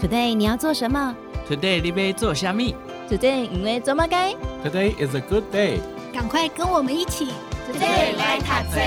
Today 你要做什么？ Today 你要做什么？ Today 因为做乜该？ Today is a good day。 赶快跟我们一起 Today 来读册。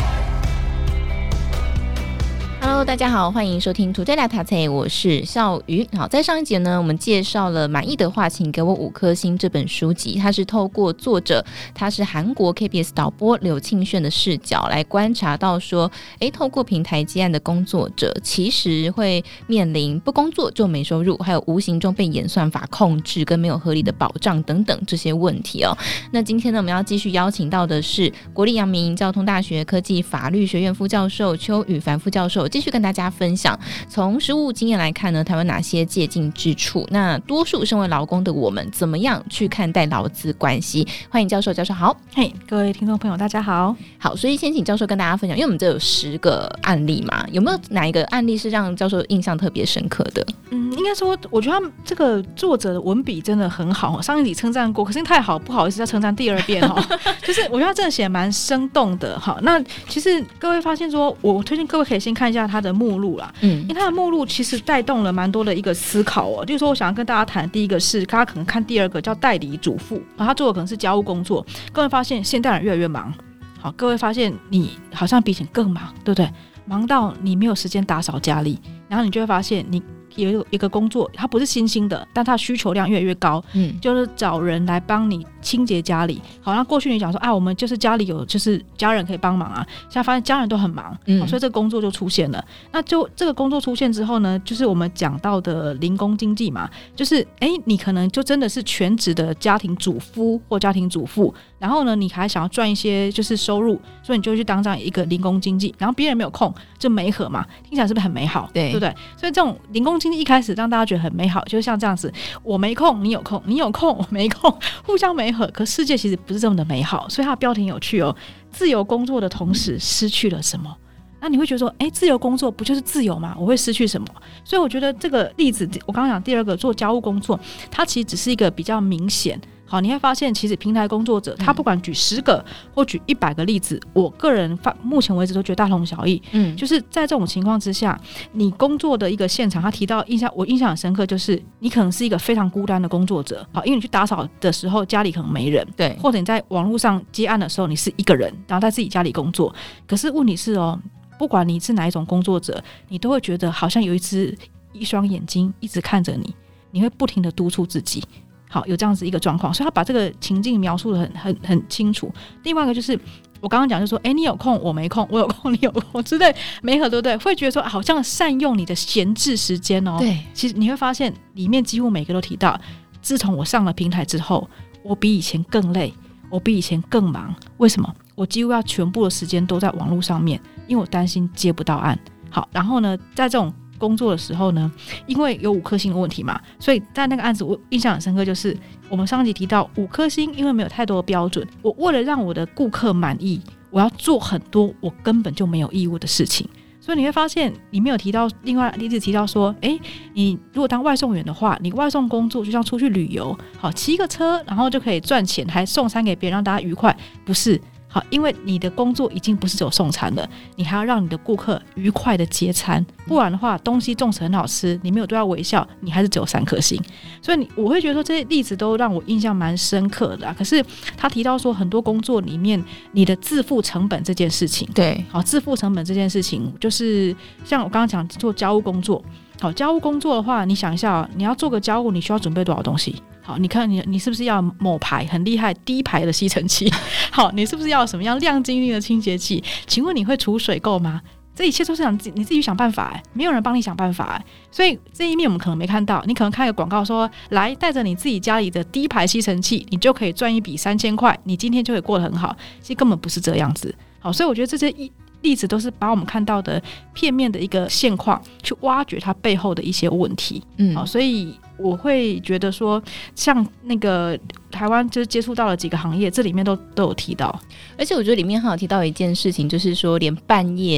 Hello， 大家好，欢迎收听 Today 来读册，我是笑瑜。好，在上一节呢，我们介绍了《满意的话，请给我5颗星》这本书籍，它是透过作者，他是韩国 KBS 导播柳庆炫的视角来观察到说，透过平台接案的工作者，其实会面临不工作就没收入，还有无形中被演算法控制跟没有合理的保障等等这些问题哦。那今天呢，我们要继续邀请到的是国立阳明交通大学科技法律学院副教授邱宇凡副教授，继续跟大家分享从实务经验来看呢，台湾哪些借鉴之处，那多数身为劳工的我们怎么样去看待劳资关系。欢迎教授。教授好。 各位听众朋友大家好。 好，所以先请教授跟大家分享，因为我们这有10个案例嘛，有没有哪一个案例是让教授印象特别深刻的？ 应该说我觉得他们这个作者的文笔真的很好，上一集称赞过，可是太好不好意思再称赞第2遍就是我觉得他真的写蛮生动的。好，那其实各位发现说，我推荐各位可以先看一下他的目录啦，因为他的目录其实带动了蛮多的一个思考哦。就是说我想要跟大家谈的第一个是，大家可能看第2个叫代理主妇，他做的可能是家务工作。各位发现现代人越来越忙，好，各位发现你好像比以前更忙，对不对？忙到你没有时间打扫家里，然后你就会发现你有一个工作，它不是新兴的，但它需求量越来越高，就是找人来帮你清洁家里。好，那过去你讲说我们就是家里有就是家人可以帮忙啊，现在发现家人都很忙，所以这个工作就出现了。那就这个工作出现之后呢，就是我们讲到的零工经济嘛，就是你可能就真的是全职的家庭主夫或家庭主妇，然后呢你还想要赚一些就是收入，所以你就去当这样一个零工经济，然后别人没有空就媒合嘛，听起来是不是很美好？对不对？所以这种零工经济一开始让大家觉得很美好，就像这样子，我没空你有空，你有空我没空，互相媒合。可世界其实不是这么的美好，所以它的标题很有趣哦，自由工作的同时失去了什么？那你会觉得说自由工作不就是自由吗？我会失去什么？所以我觉得这个例子，我刚刚讲第2个做家务工作，它其实只是一个比较明显。好，你会发现其实平台工作者他不管举10个或举100个例子，我个人目前为止都觉得大同小异。就是在这种情况之下，你工作的一个现场，他提到我印象很深刻，就是你可能是一个非常孤单的工作者。好，因为你去打扫的时候家里可能没人，对，或者你在网络上接案的时候你是一个人，然后在自己家里工作。可是问题是不管你是哪一种工作者，你都会觉得好像有一双眼睛一直看着你，你会不停的督促自己。好，有这样子一个状况，所以他把这个情境描述的很清楚。另外一个就是我刚刚讲，就是说你有空我没空，我有空你有空之类媒合，对不对？会觉得说好像善用你的闲置时间哦。对，其实你会发现里面几乎每个都提到，自从我上了平台之后，我比以前更累，我比以前更忙。为什么？我几乎要全部的时间都在网络上面，因为我担心接不到案。好，然后呢，在这种工作的时候呢，因为有5颗星的问题嘛，所以在那个案子我印象很深刻，就是我们上集提到5颗星，因为没有太多的标准，我为了让我的顾客满意，我要做很多我根本就没有义务的事情。所以你会发现里面有提到，另外一直提到说你如果当外送员的话，你外送工作就像出去旅游，好，骑个车然后就可以赚钱，还送餐给别人让大家愉快，不是。好，因为你的工作已经不是只有送餐了，你还要让你的顾客愉快的接餐，不然的话东西纵使很好吃，你没有对他微笑，你还是只有3颗星。所以我会觉得说这些例子都让我印象蛮深刻的可是他提到说很多工作里面你的自负成本这件事情，对，好，自负成本这件事情就是像我刚刚讲做家务工作。好，家务工作的话，你想一下你要做个家务，你需要准备多少东西？好，你看你是不是要某牌很厉害低牌的吸尘器？好，你是不是要什么样亮晶晶的清洁剂？请问你会储水够吗？这一切都是你自己想办法没有人帮你想办法所以这一面我们可能没看到，你可能看一个广告说来带着你自己家里的低牌吸尘器，你就可以赚一笔3000块，你今天就会过得很好。其实根本不是这样子。好，所以我觉得这些例子都是把我们看到的片面的一个现况去挖掘它背后的一些问题。好，所以我会觉得说像那个台湾就是接触到了几个行业，这里面都有提到。 而且我觉得里面还有提到一件事情，就是说连半夜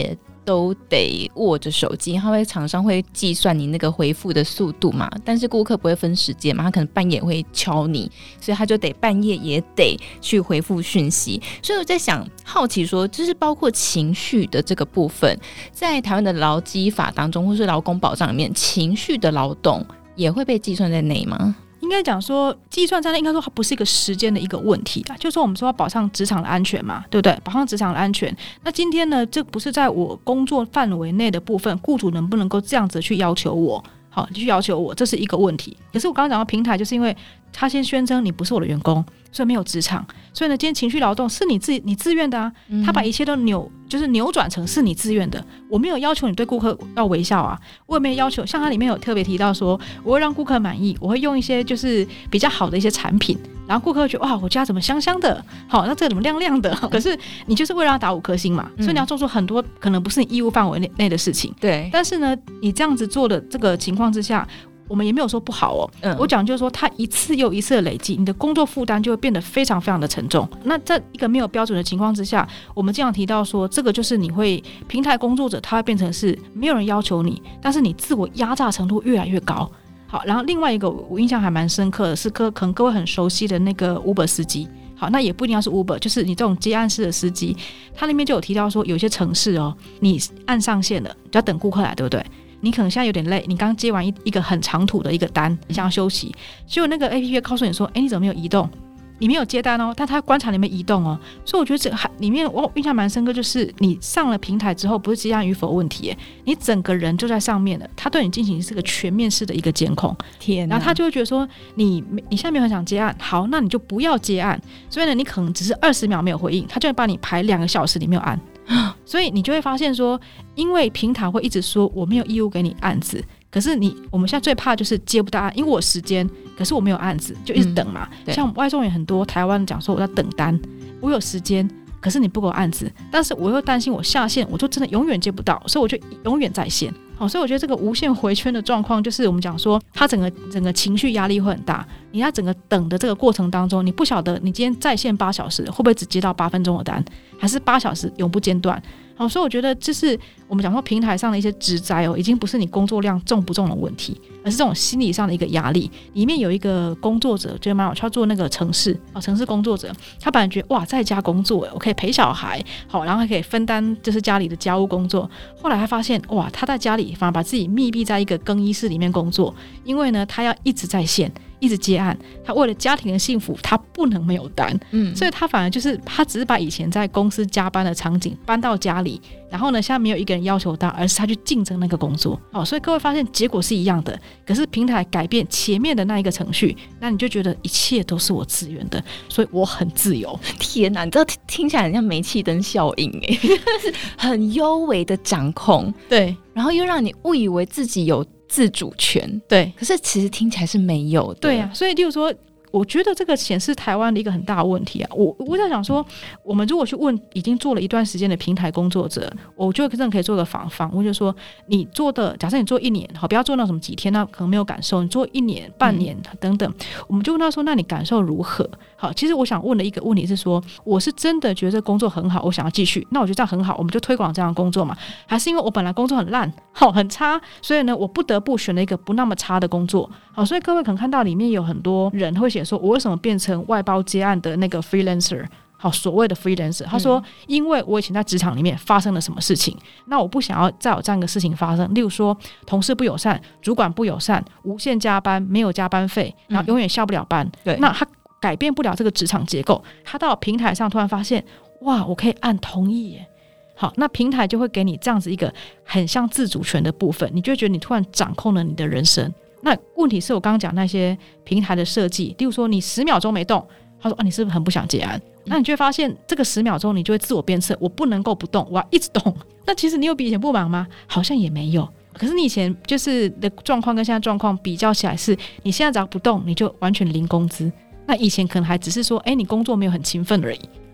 都得握着手机，厂商会计算你那个回复的速度嘛，但是顾客不会分时间嘛，他可能半夜会敲你，所以他就得半夜也得去回复讯息。所以我在想，好奇说，就是包括情绪的这个部分，在台湾的劳基法当中或是劳工保障里面，情绪的劳动也会被计算在内吗？ 应该讲说计算在内，应该说它不是一个时间的一个问题啊，就是说我们说要保障职场的安全嘛，对不对？保障职场的安全。那今天呢，这不是在我工作范围内的部分，雇主能不能够这样子去要求我？好，去要求我，这是一个问题。可是我刚刚讲到平台，就是因为他先宣称你不是我的员工，所以没有职场，所以呢，今天情绪劳动是你自愿的啊，他把一切都扭转成是你自愿的。我没有要求你对顾客要微笑啊，我也没有要求，像它里面有特别提到说，我会让顾客满意，我会用一些就是比较好的一些产品，然后顾客会觉得哇，我家怎么香香的，好，那这个怎么亮亮的？可是你就是为了要打5颗星嘛，所以你要做出很多可能不是你义务范围内的事情。 对， 但是呢，你这样子做的这个情况之下，我们也没有说不好哦。我讲就是说，它一次又一次的累积，你的工作负担就会变得非常非常的沉重。那在一个没有标准的情况之下，我们经常提到说，这个就是你会平台工作者，他会变成是没有人要求你，但是你自我压榨程度越来越高。好，然后另外一个我印象还蛮深刻的是，可能各位很熟悉的那个 Uber 司机。好，那也不一定要是 Uber， 就是你这种接案式的司机，它里面就有提到说，有些城市哦，你按上线了，就要等顾客来，对不对？你可能现在有点累，你刚接完一个很长途的一个单，你想要休息，结果那个 APP 告诉你说，你怎么没有移动？你没有接单哦，但他观察你们移动哦，所以我觉得这里面我印象蛮深刻，就是你上了平台之后，不是接案与否问题耶，你整个人就在上面了，他对你进行是个全面式的一个监控。天哪！然后他就会觉得说，你现在没有很想接案，好，那你就不要接案。所以呢，你可能只是20秒没有回应，他就会把你排2个小时，你没有按。所以你就会发现说，因为平台会一直说我没有义务给你案子，可是我们现在最怕就是接不到案，因为我有时间，可是我没有案子，就一直等嘛。像外送也很多，台湾讲说我在等单，我有时间，可是你不给我案子，但是我又担心我下线，我就真的永远接不到，所以我就永远在线。好，所以我觉得这个无限回圈的状况，就是我们讲说，它整个情绪压力会很大。你在整个等的这个过程当中，你不晓得你今天在线8小时，会不会只接到8分钟的单，还是8小时永不间断？好，所以我觉得这是我们讲说平台上的一些职灾哦，已经不是你工作量重不重的问题，而是这种心理上的一个压力。里面有一个工作者觉得蛮好，他做那个城市工作者，他本来觉得哇，在家工作我可以陪小孩，好，然后还可以分担就是家里的家务工作。后来他发现哇，他在家里反而把自己密闭在一个更衣室里面工作，因为呢，他要一直在线。一直接案，他为了家庭的幸福，他不能没有单，所以他反而就是他只是把以前在公司加班的场景搬到家里，然后呢，现在没有一个人要求他，而是他去竞争那个工作。好，所以各位发现结果是一样的，可是平台改变前面的那一个程序，那你就觉得一切都是我自愿的，所以我很自由。 天哪，你知道听起来很像煤气灯效应很幽微的掌控， 对， 然后又让你误以为自己有自主权， 对， 可是其实听起来是没有的。 对啊，所以例如说，我觉得这个显示台湾的一个很大的问题啊。我在想说，我们如果去问已经做了一段时间的平台工作者，我觉得真的可以做个访问，就说你做的，假设你做1年，好，不要做那什么几天，那可能没有感受。你做1年、半年等等，我们就问他说，那你感受如何？好，其实我想问的一个问题是说，我是真的觉得工作很好，我想要继续，那我觉得这样很好，我们就推广这样的工作嘛？还是因为我本来工作很烂，好，很差，所以呢，我不得不选了一个不那么差的工作？好，所以各位可能看到里面有很多人会写说，我为什么变成外包接案的那个 freelancer？好，所谓的 freelancer， 他说，因为我以前在职场里面发生了什么事情，那我不想要再有这样一个事情发生。例如说，同事不友善，主管不友善，无限加班，没有加班费，然后永远下不了班。对，那他改变不了这个职场结构，他到平台上突然发现，哇，我可以按同意耶。好，那平台就会给你这样子一个很像自主权的部分，你就会觉得你突然掌控了你的人生。那问题是我刚刚讲那些平台的设计，例如说你10秒钟没动，他说你是不是很不想接案？那你就会发现这个10秒钟你就会自我鞭策，我不能够不动，我要一直动。那其实你有比以前不忙吗？好像也没有。可是你以前就是的状况跟现在状况比较起来，是你现在只要不动你就完全零工资。那以前可能还只是说你工作没有很勤奋而已。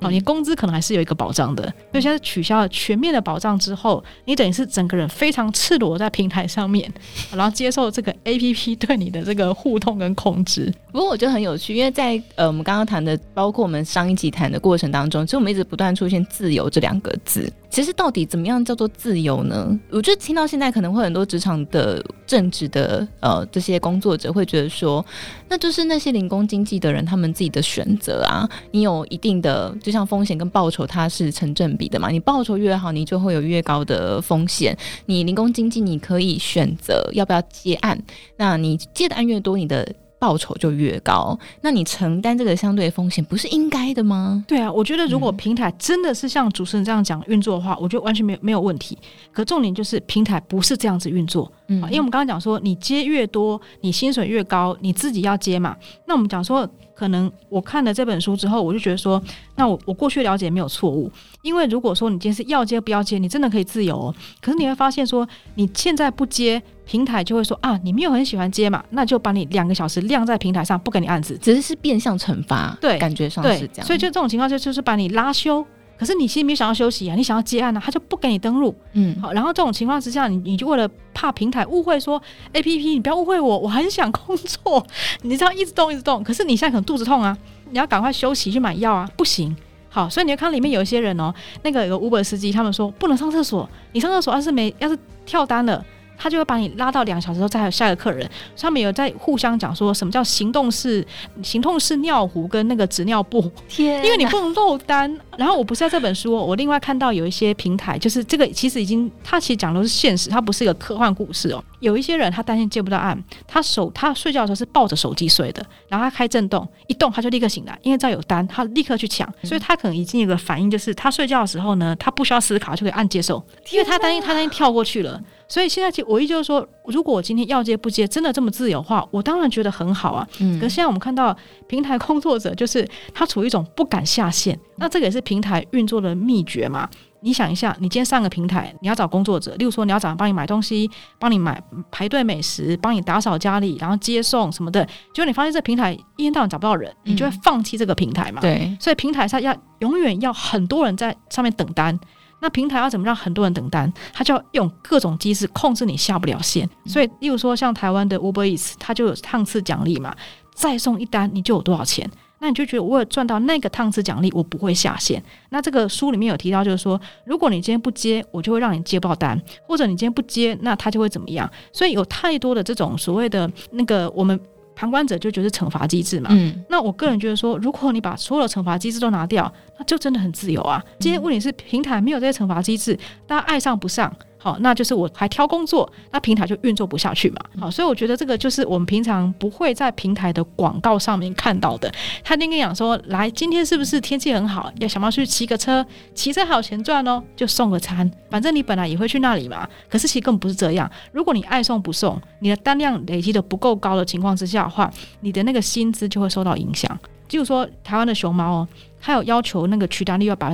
你工资可能还是有一个保障的。所以现在取消了全面的保障之后，你等于是整个人非常赤裸在平台上面，然后接受这个 APP 对你的这个互动跟控制。 不过我觉得很有趣，因为在我们刚刚谈的，包括我们上一集谈的过程当中，其实我们一直不断出现自由这2个字。其实到底怎么样叫做自由呢？我觉得听到现在可能会很多职场的正职的这些工作者会觉得说，那就是那些零工经济的人他们自己的选择啊。你有一定的，就像风险跟报酬它是成正比的嘛，你报酬越好，你就会有越高的风险。你零工经济你可以选择要不要接案，那你接的案越多，你的报酬就越高，那你承担这个相对的风险不是应该的吗？ 对啊，我觉得如果平台真的是像主持人这样讲运作的话，我觉得完全没有问题。可重点就是平台不是这样子运作，因为我们刚刚讲说你接越多你薪水越高，你自己要接嘛。那我们讲说可能我看了这本书之后，我就觉得说那我过去了解没有错误，因为如果说你今天是要接不要接，你真的可以自由哦。可是你会发现说你现在不接，平台就会说啊，你没有很喜欢接嘛，那就把你2个小时晾在平台上，不给你案子， 只是变相惩罚，对，感觉上是这样。 所以就这种情况就是把你拉休，可是你其实没有想要休息啊，你想要接案啊，他就不给你登录。好，然后这种情况之下，你就为了怕平台误会说 APP 你不要误会我很想工作，你这样一直动，可是你现在可能肚子痛啊，你要赶快休息去买药啊，不行。好，所以你会看里面有一些人哦，那个有 Uber 司机，他们说不能上厕所，你上厕所要是跳单了，他就会把你拉到2小时后再有下一个客人。所以他们有在互相讲说什么叫行动式尿壶跟那个纸尿布，因为你不能漏单。然后我不是在这本书我另外看到有一些平台，就是这个其实他其实讲的是现实，它不是一个科幻故事哦。有一些人他担心接不到案，他睡觉的时候是抱着手机睡的，然后他开震动，一动他就立刻醒来，因为只要有单他立刻去抢，所以他可能已经有个反应，就是他睡觉的时候呢，他不需要思考就可以按接受，因为他担心跳过去了。所以现在我意就是说，如果我今天要接不接真的这么自由化，我当然觉得很好啊。可是现在我们看到平台工作者就是他处于一种不敢下线，那这个也是平台运作的秘诀嘛。你想一下，你今天上个平台，你要找工作者，例如说你要找人帮你买东西，帮你排队美食，帮你打扫家里，然后接送什么的，结果你发现这平台一天到晚找不到人，你就会放弃这个平台嘛。对，所以平台上永远要很多人在上面等单。那平台要怎么让很多人等单？他就要用各种机制控制你下不了线。所以例如说像台湾的 Uber Eats， 它就有趟次奖励嘛，再送一单你就有多少钱，那你就觉得我有赚到那个趟次奖励，我不会下线。那这个书里面有提到就是说，如果你今天不接，我就会让你接不到单，或者你今天不接，那他就会怎么样。所以有太多的这种所谓的那个我们旁观者就觉得是惩罚机制嘛。那我个人觉得说，如果你把所有的惩罚机制都拿掉，那就真的很自由啊。今天问题是平台没有这些惩罚机制，大家爱上不上，好，那就是我还挑工作，那平台就运作不下去嘛。好，所以我觉得这个就是我们平常不会在平台的广告上面看到的。他跟你讲说，来，今天是不是天气很好，要想要去骑个车，骑车还有钱赚哦，就送个餐，反正你本来也会去那里嘛。可是其实根本不是这样，如果你爱送不送，你的单量累积的不够高的情况之下的话，你的那个薪资就会受到影响。例如说台湾的熊猫哦，它有要求那个取单率要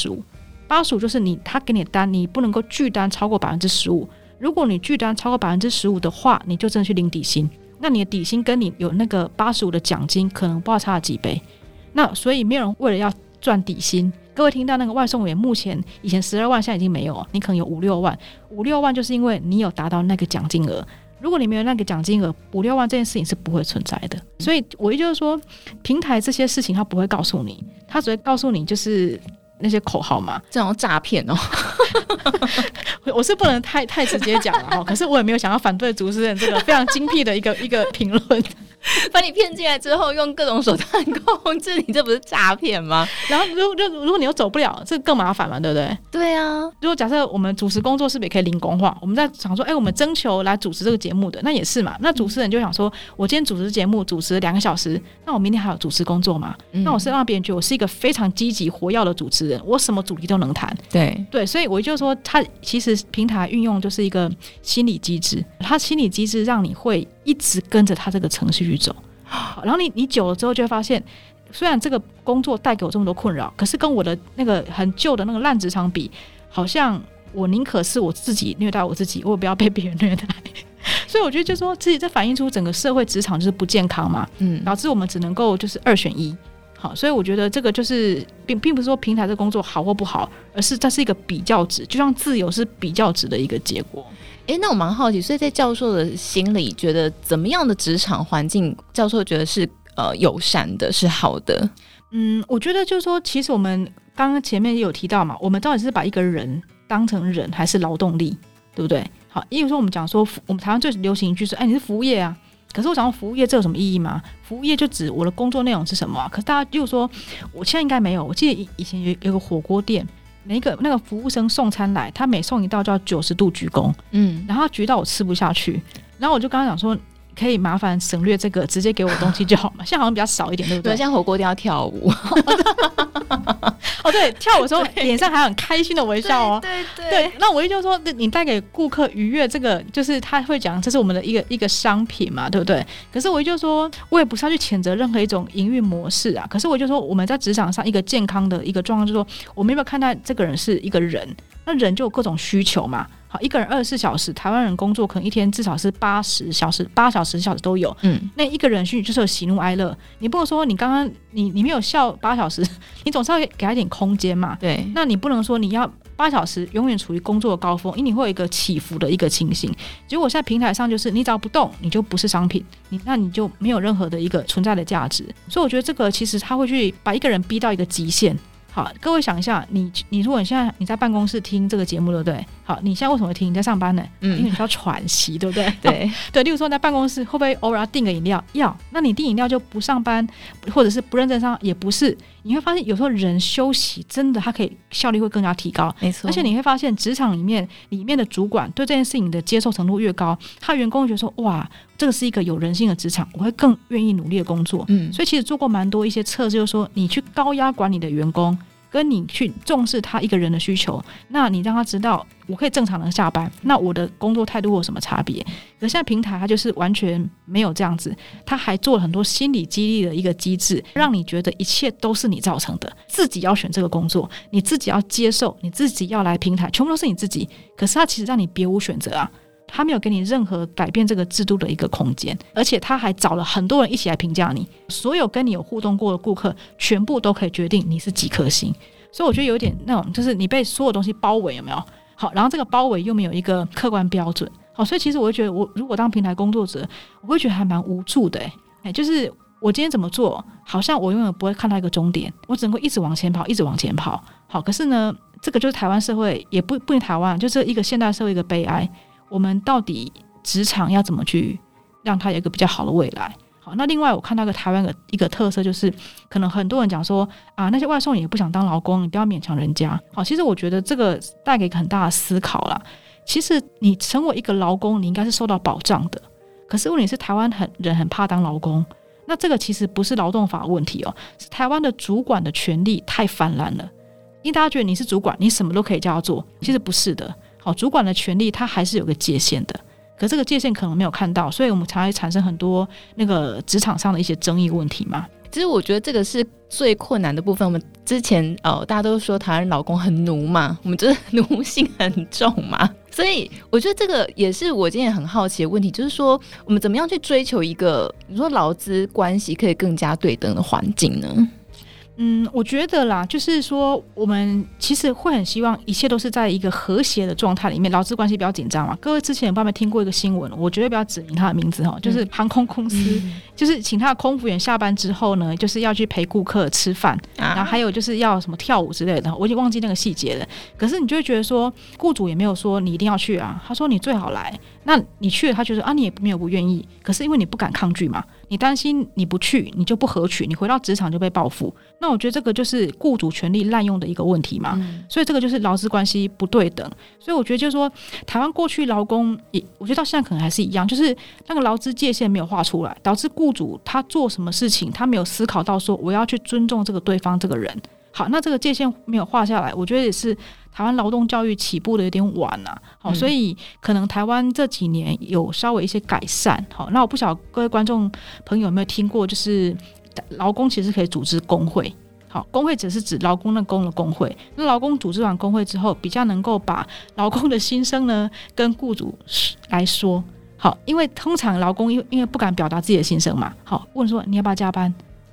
85%，85%就是他给你的单，你不能够拒单超过 15%。 如果你拒单超过 15% 的话，你就真的去领底薪，那你的底薪跟你有那个85%的奖金可能不知道差了几倍。那所以没有人为了要赚底薪。各位听到那个外送员目前以前12万，现在已经没有，你可能有5-6万，5-6万就是因为你有达到那个奖金额。如果你没有那个奖金额，5-6万这件事情是不会存在的。所以我也就是说，平台这些事情他不会告诉你，他只会告诉你就是那些口号嘛， 这种诈骗哦。 我是不能太直接讲了，可是我也没有想要反对主持人这个非常精辟的一个评论。 把你骗进来之后，用各种手段控制你，这不是诈骗吗？ 然后如果你又走不了，这更麻烦嘛，对不对？ 对啊。如果假设我们主持工作是不是也可以零工化？我们在想说，我们征求来主持这个节目的，那也是嘛。那主持人就想说，我今天主持节目主持2个小时，那我明天还有主持工作嘛？那我是让别人觉得我是一个非常积极活跃的主持人，我什么主题都能谈。对，所以我就说，他其实平台运用就是一个心理机制，他心理机制让你会一直跟着他这个程序去走。然后你久了之后就会发现，虽然这个工作带给我这么多困扰，可是跟我的那个很旧的那个烂职场比，好像我宁可是我自己虐待我自己，我也不要被别人虐待。所以我觉得就是说，自己在反映出整个社会职场就是不健康嘛，导致我们只能够就是2选1。 好，所以我觉得这个就是并不是说平台这个工作好或不好，而是它是一个比较值，就像自由是比较值的一个结果。 那我蛮好奇，所以在教授的心里，觉得怎么样的职场环境，教授觉得是友善的，是好的？ 我觉得就是说，其实我们刚刚前面也有提到嘛，我们到底是把一个人当成人还是劳动力，对不对？好，因为说我们讲说，我们台湾最流行一句是，你是服务业啊。可是我讲到服务业，这有什么意义吗？服务业就指我的工作内容是什么啊？可是大家就说，我现在应该没有。我记得以前有个火锅店，那个服务生送餐来，他每送一道就要90度鞠躬，然后他鞠到我吃不下去，然后我就跟他讲说，可以麻烦省略这个，直接给我东西就好嘛。现在好像比较少一点，对不对？ 对，现在火锅店要跳舞。 对，跳舞的时候脸上还很开心的微笑哦。 对， 那我就说，你带给顾客愉悦，这个就是他会讲，这是我们的一个商品嘛，对不对？可是我就说，我也不是要去谴责任何一种营运模式啊。可是我就说，我们在职场上一个健康的一个状况，就是说，我们有没有看待这个人是一个人？那人就有各种需求嘛。好，一个人24小时，台湾人工作可能一天至少是8小时、10小时都有。那一个人就是有喜怒哀乐，你不能说你刚刚你没有笑8小时，你总是要给他一点空间嘛。 对， 那你不能说你要8小时永远处于工作的高峰，因为你会有一个起伏的一个情形。结果在平台上就是你只要不动，你就不是商品，那你就没有任何的一个存在的价值。所以我觉得这个其实他会去把一个人逼到一个极限。好，各位想一下，你如果你现在你在办公室听这个节目，对不对？好，你现在为什么会听？你在上班呢？因为你需要喘息，对不对？对，例如说在办公室会不会偶尔要订个饮料？要，那你订饮料就不上班，或者是不认真上，也不是。你会发现有时候人休息真的他可以效率会更加提高， 没错。 而且你会发现职场里面的主管对这件事情的接受程度越高，他员工会觉得说，哇，这个是一个有人性的职场，我会更愿意努力的工作。所以其实做过蛮多一些测试，就是说你去高压管理的员工，跟你去重视他一个人的需求，那你让他知道我可以正常的下班，那我的工作态度有什么差别？可是现在平台它就是完全没有这样子，它还做了很多心理激励的一个机制，让你觉得一切都是你造成的，自己要选这个工作，你自己要接受，你自己要来平台，全部都是你自己。可是它其实让你别无选择啊，他没有给你任何改变这个制度的一个空间，而且他还找了很多人一起来评价你，所有跟你有互动过的顾客全部都可以决定你是几颗星。所以我觉得有点那种就是你被所有东西包围，有没有？好，然后这个包围又没有一个客观标准。好，所以其实我会觉得，我如果当平台工作者，我会觉得还蛮无助的。就是我今天怎么做，好像我永远不会看到一个终点，我只能够一直往前跑，一直往前跑。好，可是呢，这个就是台湾社会，也不仅台湾，就是一个现代社会一个悲哀。我们到底职场要怎么去让它有一个比较好的未来？好，那另外我看到台湾一个特色，就是可能很多人讲说啊，那些外送也不想当劳工，你不要勉强人家。好，其实我觉得这个带给一个很大的思考啦。其实你成为一个劳工，你应该是受到保障的。可是问题是台湾人很怕当劳工，那这个其实不是劳动法问题哦，是台湾的主管的权力太泛滥了。因为大家觉得你是主管，你什么都可以叫他做，其实不是的。好，主管的权力它还是有个界限的，可这个界限可能没有看到，所以我们才会产生很多那个职场上的一些争议问题嘛。 其实我觉得这个是最困难的部分。我们之前大家都说台湾老公很奴嘛，我们就是奴性很重嘛，所以我觉得这个也是我今天很好奇的问题，就是说我们怎么样去追求一个你说劳资关系可以更加对等的环境呢？ 我觉得啦，就是说我们其实会很希望一切都是在一个和谐的状态里面，劳资关系比较紧张嘛。各位之前有没有听过一个新闻？我绝对不要指明他的名字就是航空公司，就是请他的空服员下班之后呢，就是要去陪顾客吃饭，然后还有就是要什么跳舞之类的，我已经忘记那个细节了。可是你就会觉得说，雇主也没有说你一定要去啊，他说你最好来。那你去了，他觉得啊，你也没有不愿意，可是因为你不敢抗拒嘛，你担心你不去，你就不合群，你回到职场就被报复。那我觉得这个就是雇主权力滥用的一个问题嘛，所以这个就是劳资关系不对等。所以我觉得就是说，台湾过去劳工也，我觉得到现在可能还是一样，就是那个劳资界限没有画出来，导致雇主他做什么事情，他没有思考到说我要去尊重这个对方这个人。好，那这个界限没有画下来，我觉得也是台湾劳动教育起步的有点晚啊。好，所以可能台湾这几年有稍微一些改善。好，那我不晓得各位观众朋友有没有听过，就是劳工其实可以组织工会。好，工会只是指劳工的工的工会。那劳工组织完工会之后，比较能够把劳工的心声呢跟雇主来说。好，因为通常劳工因为不敢表达自己的心声嘛，好，问说你要不要加班？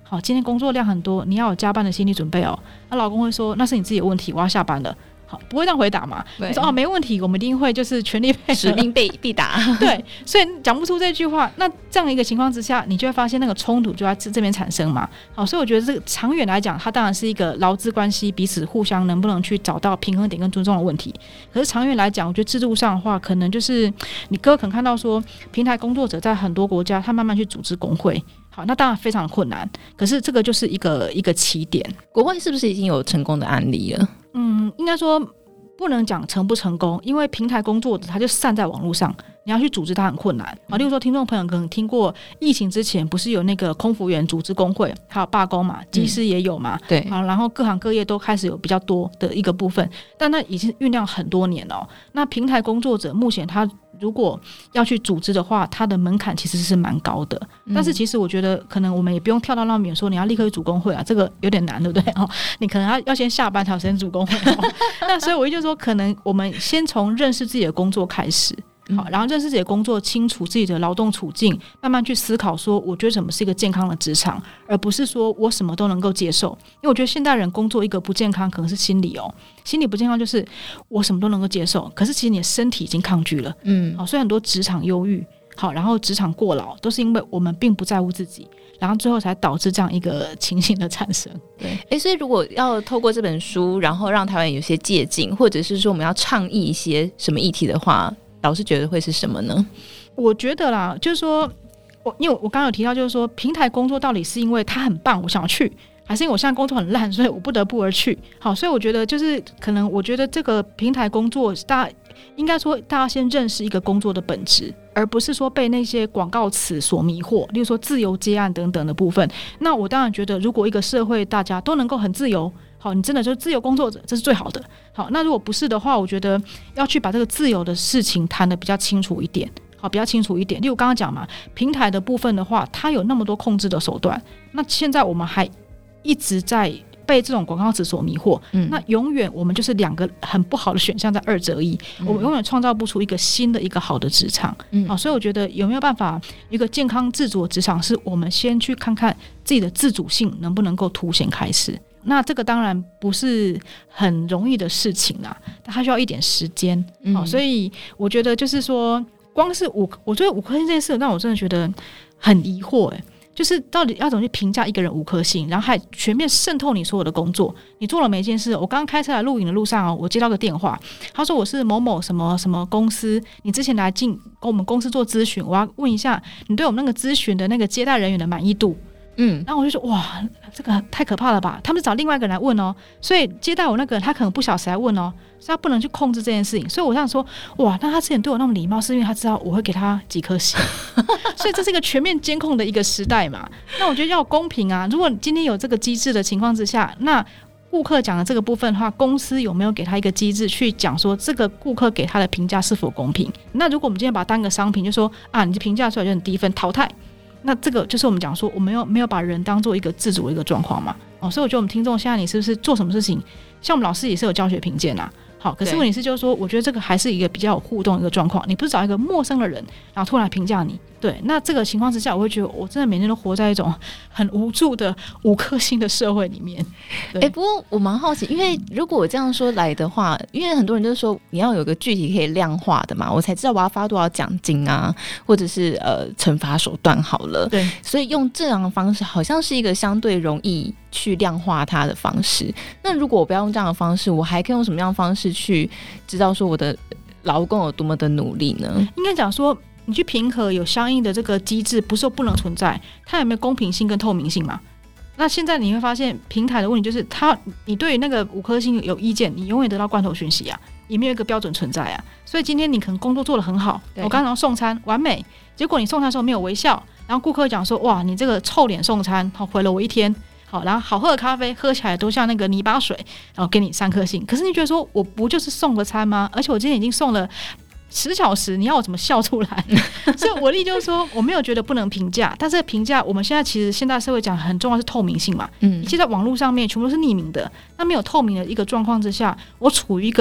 好，今天工作量很多，你要有加班的心理准备哦。那老公会说那是你自己的问题，我要下班了。好，不会这样回答嘛？你说没问题，我们一定会就是全力配合， 使命必达。 对，所以讲不出这句话，那这样一个情况之下，你就会发现那个冲突就在这边产生嘛。好，所以我觉得这个长远来讲，它当然是一个劳资关系彼此互相能不能去找到平衡点跟尊重的问题。可是长远来讲，我觉得制度上的话，可能就是你可能看到说，平台工作者在很多国家，他慢慢去组织工会。好，那当然非常的困难，可是这个就是一个起点。 国外是不是已经有成功的案例了？ 应该说不能讲成不成功，因为平台工作者他就散在网络上，你要去组织它很困难啊。例如说，听众朋友可能听过疫情之前不是有那个空服员组织工会，还有罢工嘛，机师也有嘛， 对， 好，然后各行各业都开始有比较多的一个部分，但那已经酝酿很多年了。那平台工作者目前他如果要去组织的话，它的门槛其实是蛮高的。但是其实我觉得可能我们也不用跳到那么远，说你要立刻去组工会啊，这个有点难，对不对？你可能要先下班才有时间组工会。那所以我就说，可能我们先从认识自己的工作开始。好，然后认识自己的工作，清楚自己的劳动处境，慢慢去思考说，我觉得什么是一个健康的职场，而不是说我什么都能够接受。因为我觉得现代人工作一个不健康，可能是心理哦，心理不健康就是我什么都能够接受，可是其实你的身体已经抗拒了。好，所以很多职场忧郁，好，然后职场过劳，都是因为我们并不在乎自己。然后最后才导致这样一个情形的产生。 对，所以如果要透过这本书，然后让台湾有些借鉴，或者是说我们要倡议一些什么议题的话，老师觉得会是什么呢？ 我觉得啦，就是说，因为我刚刚有提到，就是说平台工作到底是因为它很棒，我想要去，还是因为我现在工作很烂，所以我不得不而去。好，所以我觉得就是可能，我觉得这个平台工作，大家应该说大家先认识一个工作的本质，而不是说被那些广告词所迷惑，例如说自由接案等等的部分。那我当然觉得，如果一个社会大家都能够很自由，好，你真的就是自由工作者，这是最好的。好，那如果不是的话，我觉得要去把这个自由的事情谈得比较清楚一点。好，比较清楚一点。例如刚刚讲嘛，平台的部分的话，它有那么多控制的手段，那现在我们还一直在被这种广告词所迷惑，那永远我们就是两个很不好的选项在二择一，我们永远创造不出一个新的一个好的职场。好，所以我觉得有没有办法一个健康自主的职场，是我们先去看看自己的自主性能不能够凸显开始。那这个当然不是很容易的事情啦，但它需要一点时间。好，所以我觉得就是说，光是我觉得5颗星这件事让我真的觉得很疑惑就是到底要怎么去评价一个人5颗星，然后还全面渗透你所有的工作，你做了每一件事。我刚刚开车来录影的路上我接到个电话，他说我是某某什么什么公司，你之前来跟我们公司做咨询，我要问一下你对我们那个咨询的那个接待人员的满意度。然后我就说哇，这个太可怕了吧，他们找另外一个人来问哦，所以接待我那个人他可能不晓得谁来问哦，所以他不能去控制这件事情。所以我想说哇，那他之前对我那么礼貌，是因为他知道我会给他几颗星所以这是一个全面监控的一个时代嘛。那我觉得要公平啊，如果今天有这个机制的情况之下，那顾客讲的这个部分的话，公司有没有给他一个机制去讲说这个顾客给他的评价是否公平？那如果我们今天把它当个商品，就说啊，你的评价出来就很低分，淘汰。那这个就是我们讲说我们没有把人当做一个自主的一个状况嘛。所以我觉得我们听众现在你是不是做什么事情，像我们老师也是有教学评鉴啊。好，可是问题是就是说，我觉得这个还是一个比较有互动的一个状况，你不是找一个陌生的人然后突然评价你。对，那这个情况之下，我会觉得我真的每天都活在一种很无助的5颗星的社会里面。 不过我蛮好奇，因为如果我这样说来的话，因为很多人就是说你要有个具体可以量化的嘛，我才知道我要发多少奖金啊，或者是惩罚手段好了。 对， 所以用这样的方式好像是一个相对容易去量化它的方式。那如果我不要用这样的方式，我还可以用什么样的方式去知道说我的劳工有多么的努力呢？ 应该讲说你去评核有相应的这个机制，不是说不能存在，它有没有公平性跟透明性嘛？那现在你会发现平台的问题就是你对于那个5颗星有意见，你永远得到罐头讯息啊，也没有一个标准存在啊。所以今天你可能工作做得很好，我刚刚送餐完美，结果你送餐的时候没有微笑，然后顾客讲说哇，你这个臭脸送餐，毁了我一天。好，然后好喝的咖啡喝起来都像那个泥巴水，然后给你3颗星。可是你觉得说我不就是送个餐吗？而且我今天已经送了10小时，你要我怎么笑出来？所以我的意思就是说，我没有觉得不能评价，但是评价我们现在其实现代社会讲很重要是透明性嘛。你现在网络上面全部都是匿名的，那没有透明的一个状况之下，我处于一个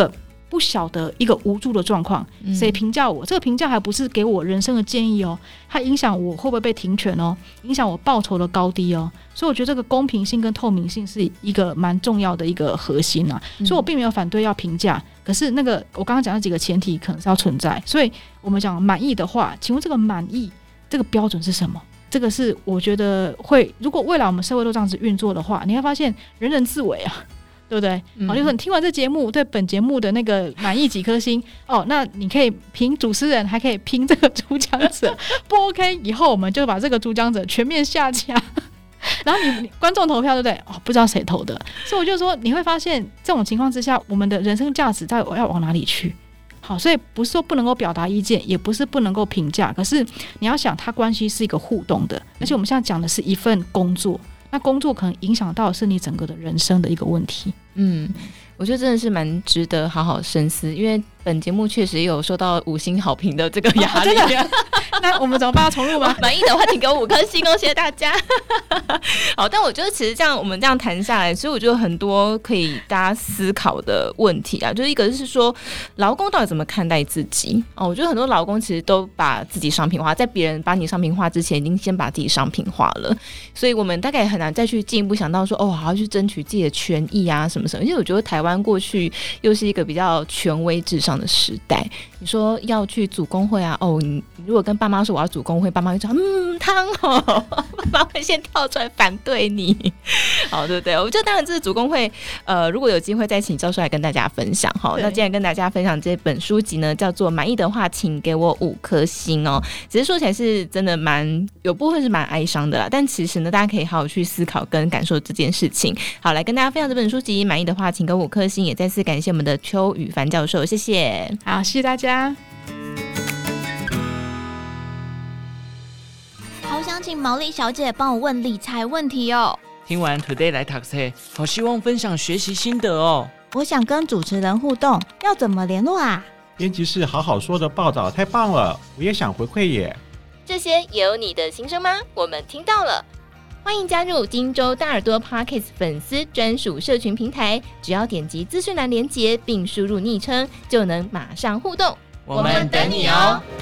不晓得一个无助的状况，谁评价我？这个评价还不是给我人生的建议哦，它影响我会不会被停权哦，影响我报酬的高低哦。所以我觉得这个公平性跟透明性是一个蛮重要的一个核心啊。所以我并没有反对要评价，可是那个我刚刚讲的几个前提可能是要存在。所以我们讲满意的话，请问这个满意这个标准是什么？这个是我觉得会，如果未来我们社会都这样子运作的话，你会发现人人自危啊。对不对？就是你听完这节目，对本节目的那个满意几颗星哦，那你可以评主持人，还可以评这个主讲者，不 OK？ 以后我们就把这个主讲者全面下架，然后你观众投票，对不对？哦，不知道谁投的，所以我就说你会发现这种情况之下，我们的人生价值到底要往哪里去？好，所以不是说不能够表达意见，也不是不能够评价，可是你要想，它关系是一个互动的，而且我们现在讲的是一份工作。那工作可能影响到的是你整个的人生的一个问题。 我觉得真的是蛮值得好好深思，因为本节目确实有受到5星好评的这个压力。 真的？那我们怎么办？要重录吗？ 满意的话请给我5颗星哦，谢谢大家。好，但我觉得其实这样我们这样谈下来，所以我觉得很多可以大家思考的问题啊，就是一个是说劳工到底怎么看待自己哦。我觉得很多劳工其实都把自己商品化，在别人把你商品化之前，已经先把自己商品化了，所以我们大概很难再去进一步想到说哦，好好去争取自己的权益啊什么什么。因为我觉得台湾过去又是一个比较权威至上的时代，你说要去组工会啊，哦，你如果跟爸妈说我要组工会，爸妈会说汤哦，爸妈会先跳出来反对你，好，对不对？我觉得当然这是组工会，如果有机会再请教授来跟大家分享。好，那既然跟大家分享这本书籍呢，叫做《满意的话，请给我5颗星》哦。只是说起来是真的有部分是蛮哀伤的啦，但其实呢，大家可以好好去思考跟感受这件事情。好，来跟大家分享这本书籍《满意的话，请给我5颗星》，也再次感谢我们的邱羽凡教授，谢谢。 好，谢谢大家。 好想请毛利小姐帮我问理财问题哦。 听完 Today 来读册，好希望分享学习心得哦。 我想跟主持人互动，要怎么联络啊？ 编辑室好好说的报道太棒了，我也想回馈耶。 这些也有你的心声吗？我们听到了。欢迎加入金州大耳朵 Podcast 粉丝专属社群平台，只要点击资讯栏连结并输入昵称，就能马上互动。 我们等你哦。